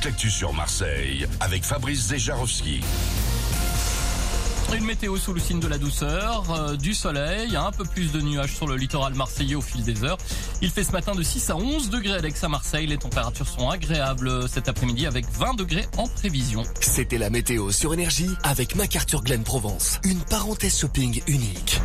toute l'actu sur Marseille avec Fabrice Zejarowski. Une météo sous le signe de la douceur, du soleil, un peu plus de nuages sur le littoral marseillais au fil des heures. Il fait ce matin de 6 à 11 degrés à l'Aix à Marseille. Les températures sont agréables cet après-midi avec 20 degrés en prévision. C'était la météo sur Énergie avec MacArthur Glen Provence. Une parenthèse shopping unique.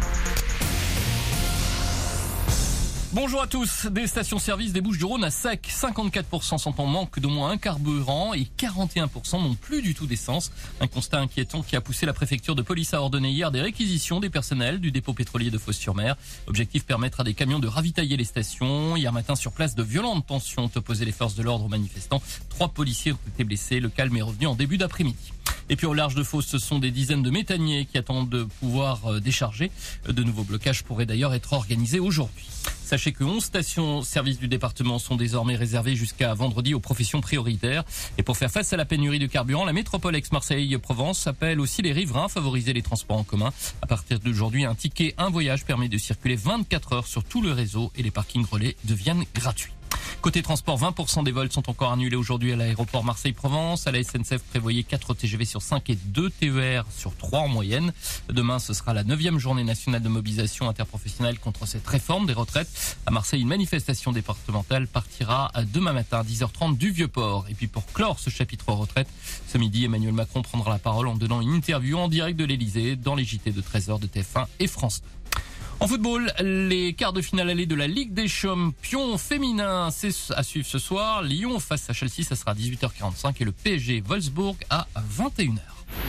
Bonjour à tous. Des stations-service des Bouches-du-Rhône à sec. 54% sont en manque d'au moins un carburant et 41% n'ont plus du tout d'essence. Un constat inquiétant qui a poussé la préfecture de police à ordonner hier des réquisitions des personnels du dépôt pétrolier de Fos-sur-Mer. Objectif, permettre à des camions de ravitailler les stations. Hier matin, sur place, de violentes tensions ont opposé les forces de l'ordre aux manifestants. 3 policiers ont été blessés. Le calme est revenu en début d'après-midi. Et puis au large de Fos, ce sont des dizaines de méthaniers qui attendent de pouvoir décharger. De nouveaux blocages pourraient d'ailleurs être organisés aujourd'hui. Sachez que 11 stations-service du département sont désormais réservées jusqu'à vendredi aux professions prioritaires. Et pour faire face à la pénurie de carburant, la métropole Aix-Marseille-Provence appelle aussi les riverains à favoriser les transports en commun. À partir d'aujourd'hui, un ticket, un voyage permet de circuler 24 heures sur tout le réseau et les parkings relais deviennent gratuits. Côté transport, 20% des vols sont encore annulés aujourd'hui à l'aéroport Marseille-Provence. À la SNCF, prévoyez 4 TGV sur 5 et 2 TER sur 3 en moyenne. Demain, ce sera la 9e journée nationale de mobilisation interprofessionnelle contre cette réforme des retraites. À Marseille, une manifestation départementale partira demain matin à 10h30 du Vieux-Port. Et puis pour clore ce chapitre retraite, ce midi, Emmanuel Macron prendra la parole en donnant une interview en direct de l'Elysée dans les JT de 13h de TF1 et France 2. En football, les quarts de finale allée de la Ligue des Champions féminins, c'est à suivre ce soir. Lyon face à Chelsea, ça sera à 18h45 et le PSG Wolfsburg à 21h.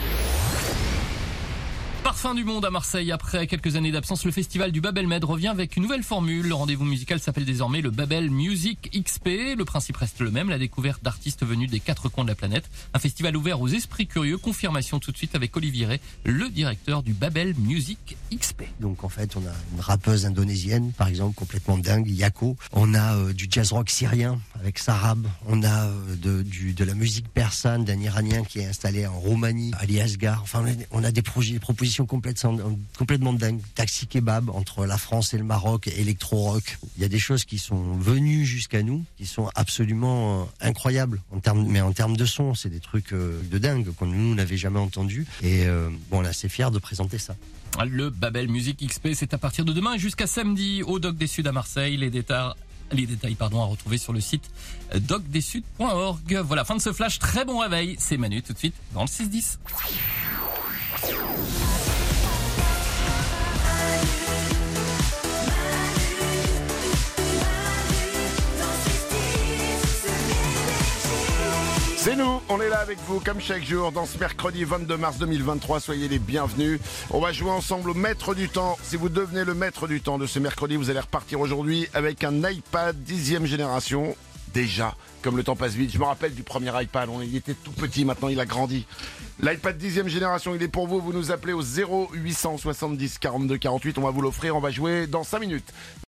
Parfum du monde à Marseille. Après quelques années d'absence, le festival du Babel Med revient avec une nouvelle formule. Le rendez-vous musical s'appelle désormais le Babel Music XP. Le principe reste le même, la découverte d'artistes venus des 4 coins de la planète. Un festival ouvert aux esprits curieux. Confirmation tout de suite avec Olivier Ray, le directeur du Babel Music XP. Donc en fait, on a une rappeuse indonésienne, par exemple, complètement dingue, Yako. On a du jazz rock syrien avec Sarab. On a de la musique persane d'un Iranien qui est installé en Roumanie, Ali Asghar. Enfin, on a des propositions complètement dingues. Taxi Kebab entre la France et le Maroc, électro-rock. Il y a des choses qui sont venues jusqu'à nous, qui sont absolument incroyables. En termes de son, c'est des trucs de dingue qu'on nous n'avait jamais entendus. Et on est assez fiers de présenter ça. Le Babel Music XP, c'est à partir de demain et jusqu'à samedi au Doc des Suds à Marseille. Les détails à retrouver sur le site docdessuds.org. Voilà, fin de ce flash. Très bon réveil. C'est Manu tout de suite dans le 6-10. C'est nous, on est là avec vous comme chaque jour dans ce mercredi 22 mars 2023, soyez les bienvenus. On va jouer ensemble au maître du temps. Si vous devenez le maître du temps de ce mercredi, vous allez repartir aujourd'hui avec un iPad 10e génération. Déjà, comme le temps passe vite, je me rappelle du premier iPad, il était tout petit, maintenant il a grandi. L'iPad 10e génération, il est pour vous, vous nous appelez au 0870 42 48, on va vous l'offrir, on va jouer dans 5 minutes.